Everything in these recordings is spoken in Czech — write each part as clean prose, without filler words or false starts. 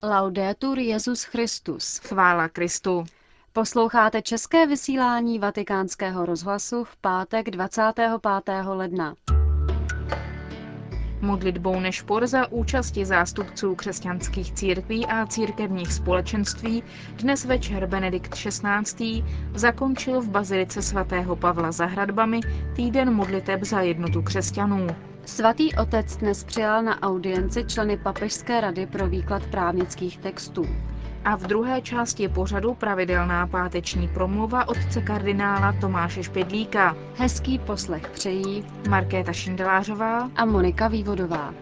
Laudetur Jesus Christus. Chvála Kristu. Posloucháte české vysílání Vatikánského rozhlasu v pátek 25. ledna. Modlitbou nešpor za účasti zástupců křesťanských církví a církevních společenství dnes večer Benedikt XVI. Zakončil v bazilice svatého Pavla za hradbami týden modliteb za jednotu křesťanů. Svatý otec dnes přijal na audienci členy Papežské rady pro výklad právnických textů. A v druhé části pořadu pravidelná páteční promluva otce kardinála Tomáše Špědlíka. Hezký poslech přejí Markéta Šindelářová a Monika Vývodová.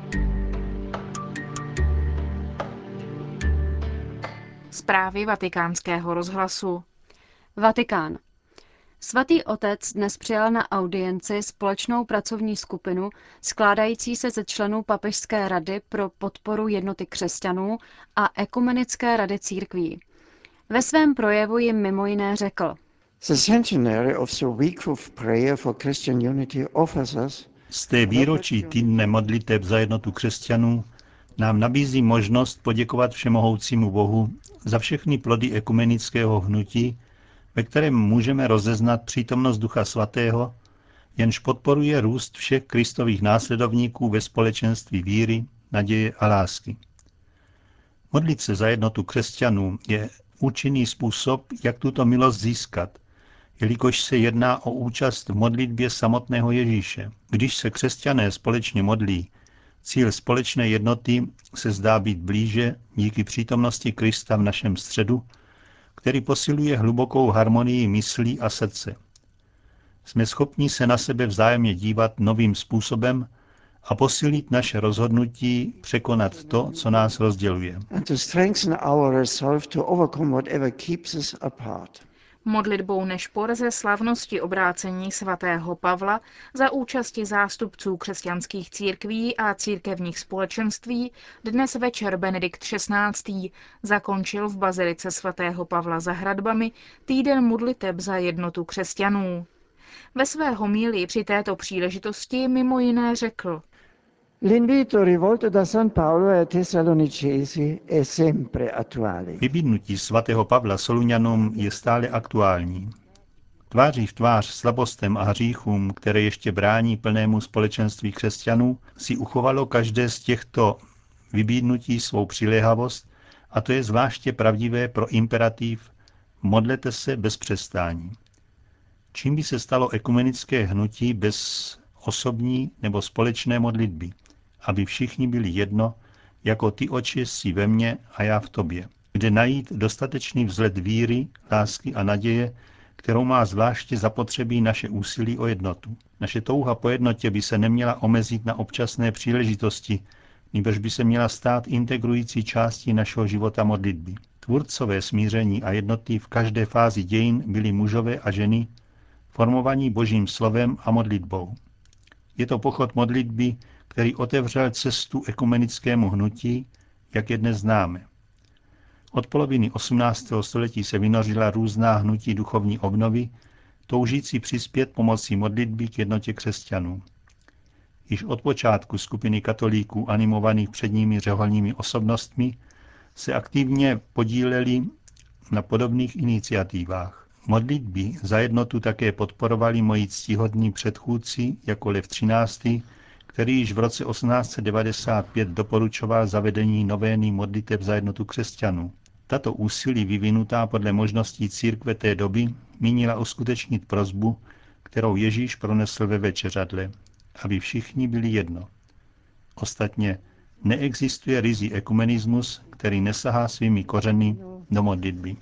Zprávy Vatikánského rozhlasu. Vatikán. Svatý otec dnes přijal na audienci společnou pracovní skupinu skládající se ze členů Papežské rady pro podporu jednoty křesťanů a Ekumenické rady církví. Ve svém projevu jim mimo jiné řekl: Z té výročí týdne modliteb za jednotu křesťanů nám nabízí možnost poděkovat všemohoucímu Bohu za všechny plody ekumenického hnutí, ve kterém můžeme rozeznat přítomnost Ducha Svatého, jenž podporuje růst všech Kristových následovníků ve společenství víry, naděje a lásky. Modlit se za jednotu křesťanů je účinný způsob, jak tuto milost získat, jelikož se jedná o účast v modlitbě samotného Ježíše. Když se křesťané společně modlí, cíl společné jednoty se zdá být blíže díky přítomnosti Krista v našem středu, který posiluje hlubokou harmonii myslí a srdce. Jsme schopni se na sebe vzájemně dívat novým způsobem a posílit naše rozhodnutí překonat to, co nás rozděluje. Modlitbou nešpor ze slavnosti obrácení svatého Pavla za účasti zástupců křesťanských církví a církevních společenství dnes večer Benedikt XVI. Zakončil v bazilice svatého Pavla za hradbami týden modliteb za jednotu křesťanů. Ve své homílii při této příležitosti mimo jiné řekl: Vybídnutí svatého Pavla Solunjanům je stále aktuální. Tváří v tvář slabostem a hříchům, které ještě brání plnému společenství křesťanů, si uchovalo každé z těchto vybídnutí svou přiléhavost, a to je zvláště pravdivé pro imperativ modlete se bez přestání. Čím by se stalo ekumenické hnutí bez osobní nebo společné modlitby, aby všichni byli jedno, jako ty oči jsi ve mně a já v tobě, kde najít dostatečný vzhled víry, lásky a naděje, kterou má zvláště zapotřebí naše úsilí o jednotu. Naše touha po jednotě by se neměla omezit na občasné příležitosti, nýbrž by se měla stát integrující částí našeho života modlitby. Tvůrcové smíření a jednoty v každé fázi dějin byli mužové a ženy, formovaní Božím slovem a modlitbou. Je to pochod modlitby, který otevřel cestu ekumenickému hnutí, jak je dnes známe. Od poloviny 18. století se vynořila různá hnutí duchovní obnovy, toužící přispět pomocí modlitby k jednotě křesťanů. Již od počátku skupiny katolíků animovaných předními řeholními osobnostmi se aktivně podíleli na podobných iniciativách. Modlitby za jednotu také podporovali moji ctihodní předchůdci jako Lev XIII., který již v roce 1895 doporučoval zavedení novény modliteb za jednotu křesťanů. Tato úsilí vyvinutá podle možností církve té doby mínila uskutečnit prosbu, kterou Ježíš pronesl ve večeřadle, aby všichni byli jedno. Ostatně neexistuje ryzí ekumenismus, který nesahá svými kořeny do modlitby.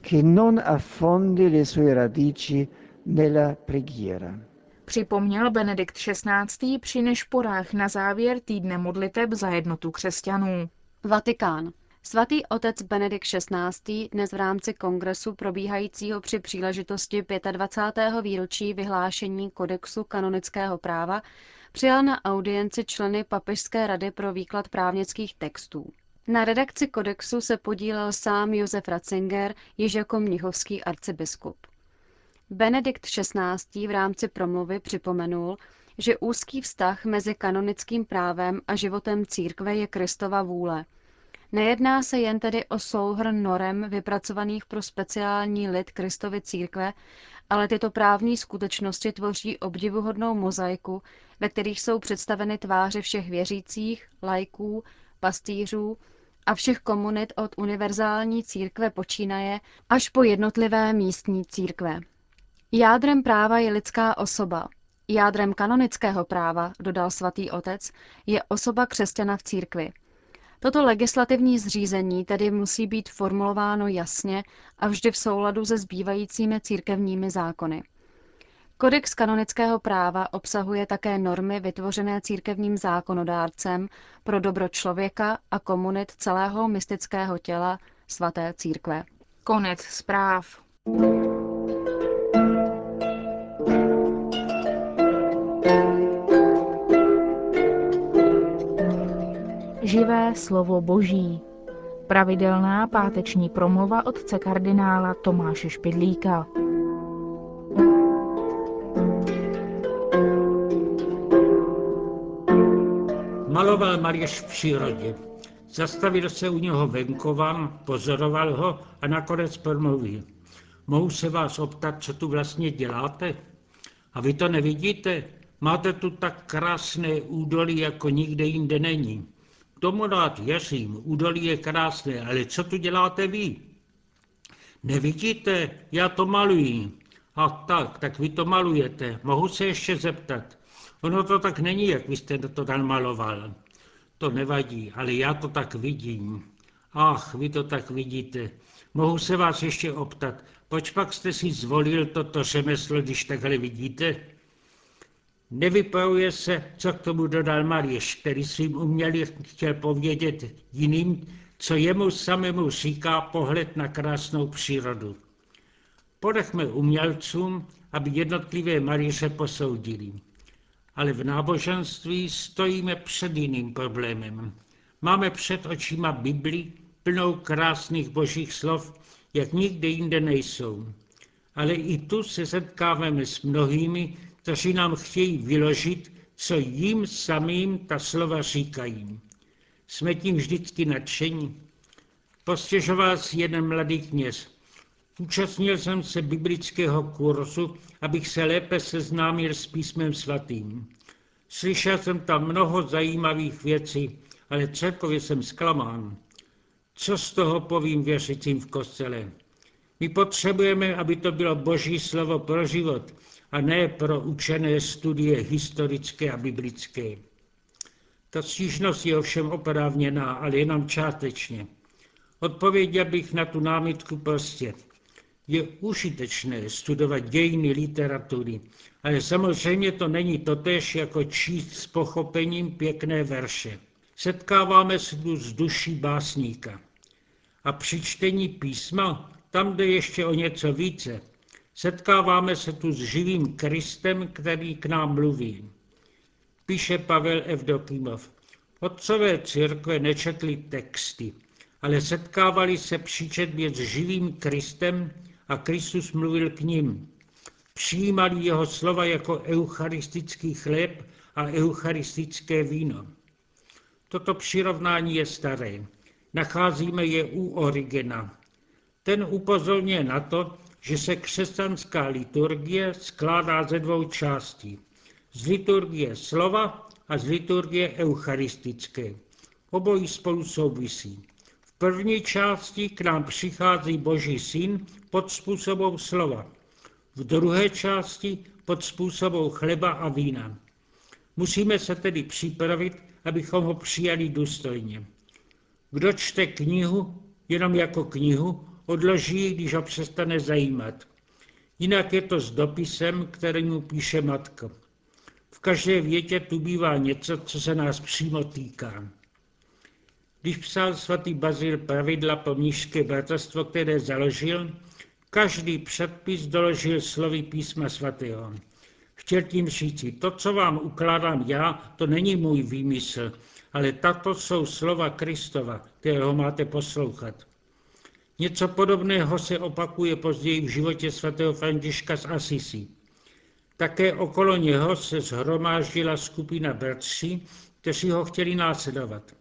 Připomněl Benedikt XVI. Při nešporách na závěr týdne modliteb za jednotu křesťanů. Vatikán. Svatý otec Benedikt XVI. Dnes v rámci kongresu probíhajícího při příležitosti 25. výročí vyhlášení kodexu kanonického práva přijal na audienci členy Papežské rady pro výklad právnických textů. Na redakci kodexu se podílel sám Josef Ratzinger, již jako mnichovský arcibiskup. Benedikt XVI. V rámci promluvy připomenul, že úzký vztah mezi kanonickým právem a životem církve je Kristova vůle. Nejedná se jen tedy o souhrn norem vypracovaných pro speciální lid Kristovy církve, ale tyto právní skutečnosti tvoří obdivuhodnou mozaiku, ve kterých jsou představeny tváře všech věřících, laiků, pastýřů a všech komunit od univerzální církve počínaje až po jednotlivé místní církve. Jádrem práva je lidská osoba. Jádrem kanonického práva, dodal svatý otec, je osoba křesťana v církvi. Toto legislativní zřízení tedy musí být formulováno jasně a vždy v souladu se zbývajícími církevními zákony. Kodex kanonického práva obsahuje také normy vytvořené církevním zákonodárcem pro dobro člověka a komunit celého mystického těla svaté církve. Konec zpráv. Živé slovo Boží. Pravidelná páteční promluva otce kardinála Tomáše Špidlíka. Maloval malíř v přírodě. Zastavil se u něho venkovan, pozoroval ho a nakonec promluví. Mohu se vás optat, co tu vlastně děláte? A vy to nevidíte? Máte tu tak krásné údolí, jako nikde jinde není. Tomu rád věřím, údolí je krásné, ale co tu děláte vy? Nevidíte? Já to maluji. Ach tak vy to malujete. Mohu se ještě zeptat? Ono to tak není, jak vy jste to tam maloval. To nevadí, ale já to tak vidím. Ach, vy to tak vidíte. Mohu se vás ještě optat, proč pak jste si zvolil toto řemeslo, když takhle vidíte? Nevypojuje se, co k tomu dodal malíř, který svým uměním chtěl povědět jiným, co jemu samému říká pohled na krásnou přírodu. Ponechme umělcům, aby jednotlivé malíře posoudili. Ale v náboženství stojíme před jiným problémem. Máme před očima Bibli plnou krásných božích slov, jak nikde jinde nejsou. Ale i tu se setkáváme s mnohými, kteří nám chtějí vyložit, co jim samým ta slova říkají. Jsme tím vždycky nadšení. Postěžoval si jeden mladý kněz. Účastnil jsem se biblického kurzu, abych se lépe seznámil s písmem svatým. Slyšel jsem tam mnoho zajímavých věcí, ale celkově jsem zklamán. Co z toho povím věřícím v kostele? My potřebujeme, aby to bylo Boží slovo pro život a ne pro učené studie historické a biblické. Ta stížnost je ovšem oprávněná, ale jenom částečně. Odpověděl bych na tu námitku prostě. Je užitečné studovat dějiny literatury, ale samozřejmě to není totéž jako číst s pochopením pěkné verše. Setkáváme se tu s duší básníka. A při čtení písma tam jde ještě o něco více. Setkáváme se tu s živým Kristem, který k nám mluví. Píše Pavel Evdokimov. Otcové církve nečetli texty, ale setkávali se při četbě s živým Kristem a Kristus mluvil k nim. Přijímali jeho slova jako eucharistický chléb a eucharistické víno. Toto přirovnání je staré. Nacházíme je u Origena. Ten upozorňuje na to, že se křesťanská liturgie skládá ze dvou částí. Z liturgie slova a z liturgie eucharistické. Obojí spolu souvisí. V první části k nám přichází Boží syn pod způsobou slova. V druhé části pod způsobou chleba a vína. Musíme se tedy připravit, abychom ho přijali důstojně. Kdo čte knihu jenom jako knihu, odloží ji, když ho přestane zajímat. Jinak je to s dopisem, který mu píše matka. V každé větě tu bývá něco, co se nás přímo týká. Když psal svatý Bazil pravidla pro mnišské bratrstvo, které založil, každý předpis doložil slovy písma svatého. Chtěl tím říci, to, co vám ukládám já, to není můj výmysl, ale tato jsou slova Kristova, kterého máte poslouchat. Něco podobného se opakuje později v životě svatého Františka z Asisi. Také okolo něho se shromáždila skupina bratří, kteří ho chtěli následovat.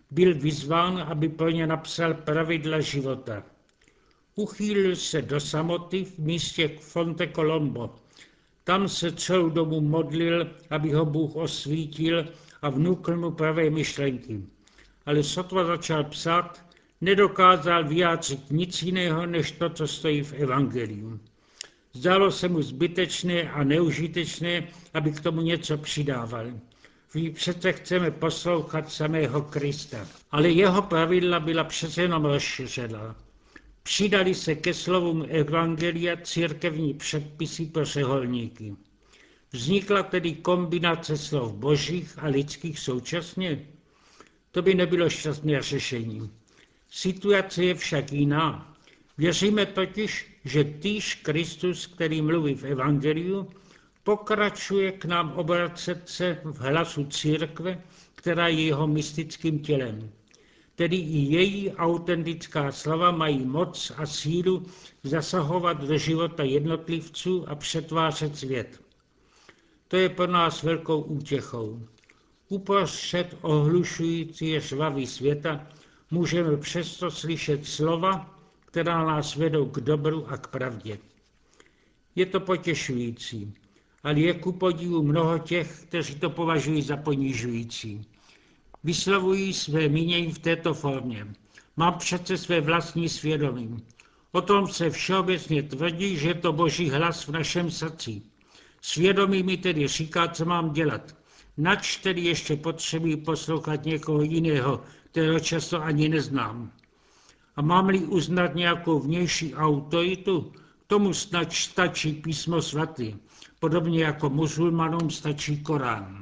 byl vyzván, aby pro ně napsal pravidla života. Uchýlil se do samoty v místě Fonte Colombo. Tam se celou dobu modlil, aby ho Bůh osvítil a vnukl mu pravé myšlenky. Ale sotva začal psát, nedokázal vyjádřit nic jiného, než to, co stojí v evangeliu. Zdálo se mu zbytečné a neužitečné, aby k tomu něco přidával. My přece chceme poslouchat samého Krista. Ale jeho pravidla byla přece jenom rozšířená. Přidali se ke slovům evangelia církevní předpisy pro řeholníky. Vznikla tedy kombinace slov božích a lidských současně? To by nebylo šťastné řešení. Situace je však jiná. Věříme totiž, že týž Kristus, který mluví v evangeliu, pokračuje k nám obracet se v hlasu církve, která je jeho mystickým tělem. Tedy i její autentická slova mají moc a sílu zasahovat do života jednotlivců a přetvářet svět. To je pro nás velkou útěchou. Uprostřed ohlušující řvavy světa můžeme přesto slyšet slova, která nás vedou k dobru a k pravdě. Je to potěšující, ale je ku podivu mnoho těch, kteří to považují za ponižující. Vyslovují své mínění v této formě. Mám přece své vlastní svědomí. O tom se všeobecně tvrdí, že je to Boží hlas v našem srdci. Svědomí mi tedy říká, co mám dělat. Nač tedy ještě potřebuji poslouchat někoho jiného, kterého často ani neznám. A mám-li uznat nějakou vnější autoritu, k tomu snad stačí písmo svaté. Podobně jako musulmanům stačí Korán.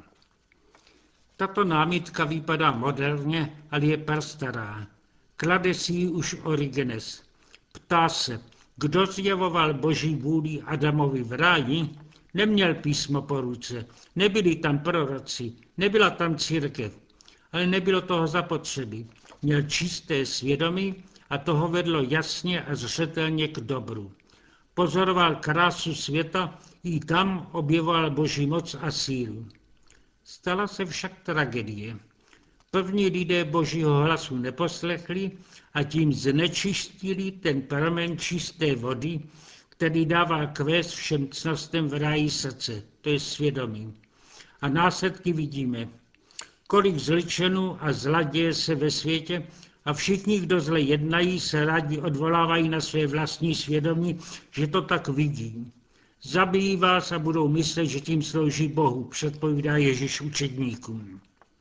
Tato námitka vypadá moderně, ale je prastará. Klade si ji už Origenes. Ptá se, kdo zjevoval Boží vůli Adamovi v ráji, neměl písmo po ruce, nebyli tam proroci, nebyla tam církev, ale nebylo toho zapotřebí. Měl čisté svědomí a toho vedlo jasně a zřetelně k dobru. Pozoroval krásu světa, i tam objevoval Boží moc a sílu. Stala se však tragédie. První lidé Božího hlasu neposlechli a tím znečistili ten pramen čisté vody, který dává kvést všem cnostem v ráji srdce, to je svědomí. A následky vidíme. Kolik zličenů a zla děje se ve světě a všichni, kdo zle jednají, se rádi odvolávají na své vlastní svědomí, že to tak vidí. Zabijí vás a budou myslet, že tím slouží Bohu, předpovídá Ježíš učedníkům.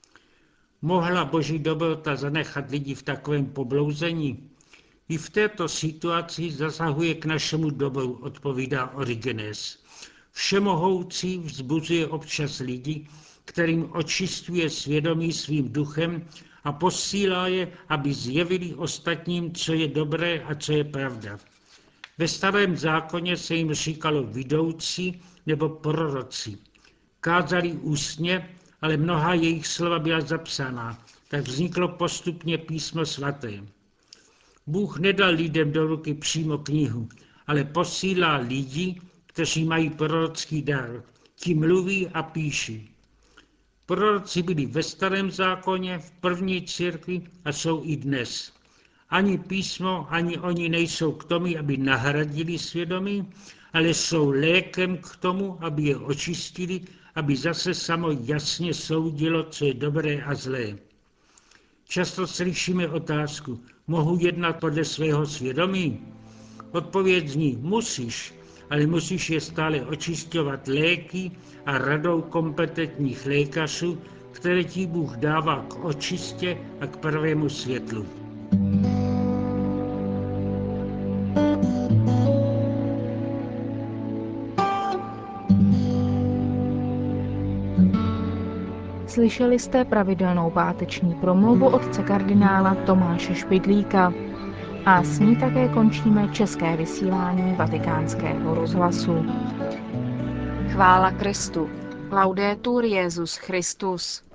Mohla Boží dobrota zanechat lidi v takovém poblouzení? I v této situaci zasahuje k našemu dobru, odpovídá Origenes. Všemohoucí vzbuzuje občas lidi, kterým očistuje svědomí svým duchem a posílá je, aby zjevili ostatním, co je dobré a co je pravda. Ve Starém zákoně se jim říkalo vidoucí nebo proroci. Kázali ústně, ale mnoha jejich slova byla zapsaná, tak vzniklo postupně písmo svaté. Bůh nedal lidem do ruky přímo knihu, ale posílá lidi, kteří mají prorocký dar. Ti mluví a píší. Proroci byli ve Starém zákoně, v první církvi a jsou i dnes. Ani písmo, ani oni nejsou k tomu, aby nahradili svědomí, ale jsou lékem k tomu, aby je očistili, aby zase samo jasně soudilo, co je dobré a zlé. Často slyšíme otázku, mohu jednat podle svého svědomí? Odpověď zní, musíš, ale musíš je stále očišťovat léky a radou kompetentních lékařů, které ti Bůh dává k očistě a k pravému světlu. Slyšeli jste pravidelnou páteční promluvu otce kardinála Tomáše Špidlíka. A s ní také končíme české vysílání Vatikánského rozhlasu. Chvála Kristu. Laudetur Jesus Christus.